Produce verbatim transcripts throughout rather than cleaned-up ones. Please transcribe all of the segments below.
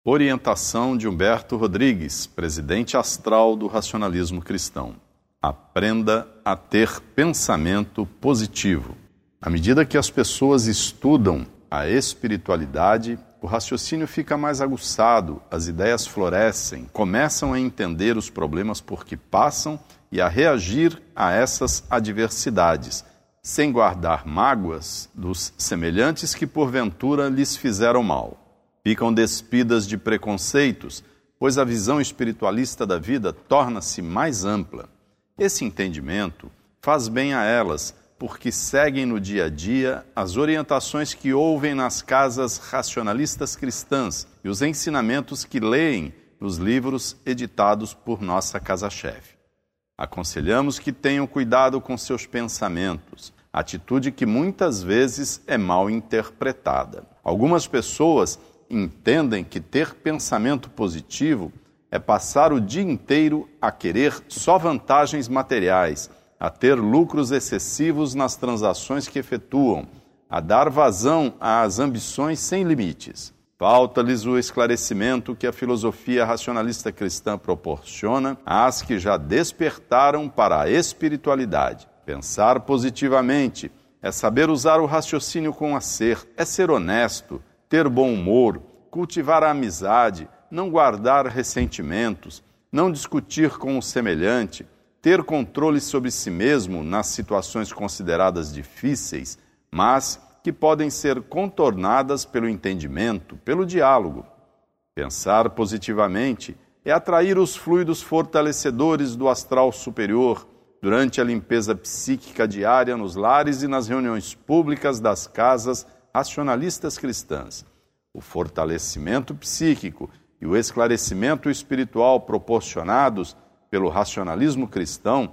Orientação de Humberto Rodrigues, presidente astral do racionalismo cristão. Aprenda a ter pensamento positivo. À medida que as pessoas estudam a espiritualidade, o raciocínio fica mais aguçado, as ideias florescem, começam a entender os problemas por que passam e a reagir a essas adversidades, sem guardar mágoas dos semelhantes que porventura lhes fizeram mal. Ficam despidas de preconceitos, pois a visão espiritualista da vida torna-se mais ampla. Esse entendimento faz bem a elas, porque seguem no dia a dia as orientações que ouvem nas casas racionalistas cristãs e os ensinamentos que leem nos livros editados por nossa casa-chefe. Aconselhamos que tenham cuidado com seus pensamentos, atitude que muitas vezes é mal interpretada. Algumas pessoas entendem que ter pensamento positivo é passar o dia inteiro a querer só vantagens materiais, a ter lucros excessivos nas transações que efetuam, a dar vazão às ambições sem limites. Falta-lhes o esclarecimento que a filosofia racionalista cristã proporciona às que já despertaram para a espiritualidade. Pensar positivamente é saber usar o raciocínio com acerto, é ser honesto, ter bom humor, cultivar a amizade, não guardar ressentimentos, não discutir com o semelhante, ter controle sobre si mesmo nas situações consideradas difíceis, mas que podem ser contornadas pelo entendimento, pelo diálogo. Pensar positivamente é atrair os fluidos fortalecedores do astral superior durante a limpeza psíquica diária nos lares e nas reuniões públicas das casas racionalistas cristãs. O fortalecimento psíquico e o esclarecimento espiritual proporcionados pelo racionalismo cristão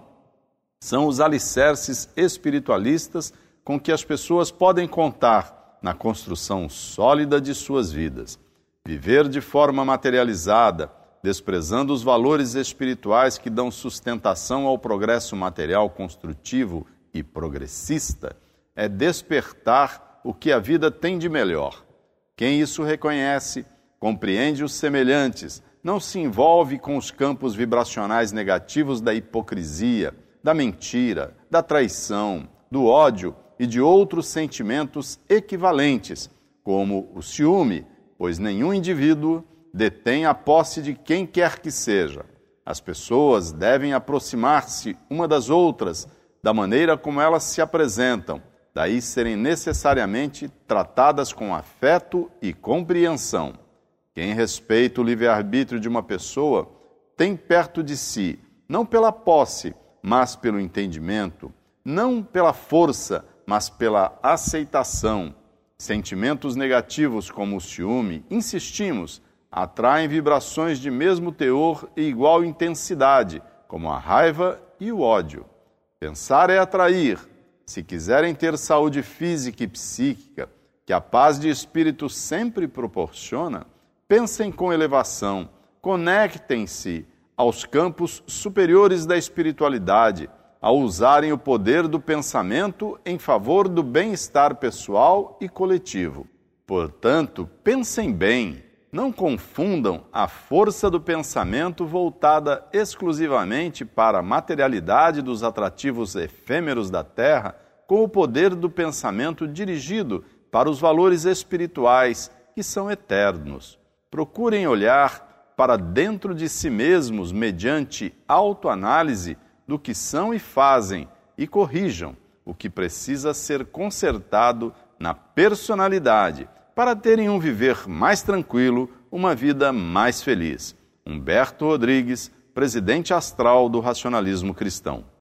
são os alicerces espiritualistas com que as pessoas podem contar na construção sólida de suas vidas. Viver de forma materializada, desprezando os valores espirituais que dão sustentação ao progresso material construtivo e progressista, é despertar o que a vida tem de melhor. Quem isso reconhece, compreende os semelhantes, não se envolve com os campos vibracionais negativos da hipocrisia, da mentira, da traição, do ódio e de outros sentimentos equivalentes, como o ciúme, pois nenhum indivíduo detém a posse de quem quer que seja. As pessoas devem aproximar-se uma das outras da maneira como elas se apresentam, daí serem necessariamente tratadas com afeto e compreensão. Quem respeita o livre-arbítrio de uma pessoa tem perto de si, não pela posse, mas pelo entendimento, não pela força, mas pela aceitação. Sentimentos negativos como o ciúme, insistimos, atraem vibrações de mesmo teor e igual intensidade, como a raiva e o ódio. Pensar é atrair. Se quiserem ter saúde física e psíquica, que a paz de espírito sempre proporciona, pensem com elevação, conectem-se aos campos superiores da espiritualidade, ao usarem o poder do pensamento em favor do bem-estar pessoal e coletivo. Portanto, pensem bem, não confundam a força do pensamento voltada exclusivamente para a materialidade dos atrativos efêmeros da Terra com o poder do pensamento dirigido para os valores espirituais que são eternos. Procurem olhar para dentro de si mesmos mediante autoanálise do que são e fazem e corrijam o que precisa ser consertado na personalidade para terem um viver mais tranquilo, uma vida mais feliz. Humberto Rodrigues, presidente astral do racionalismo cristão.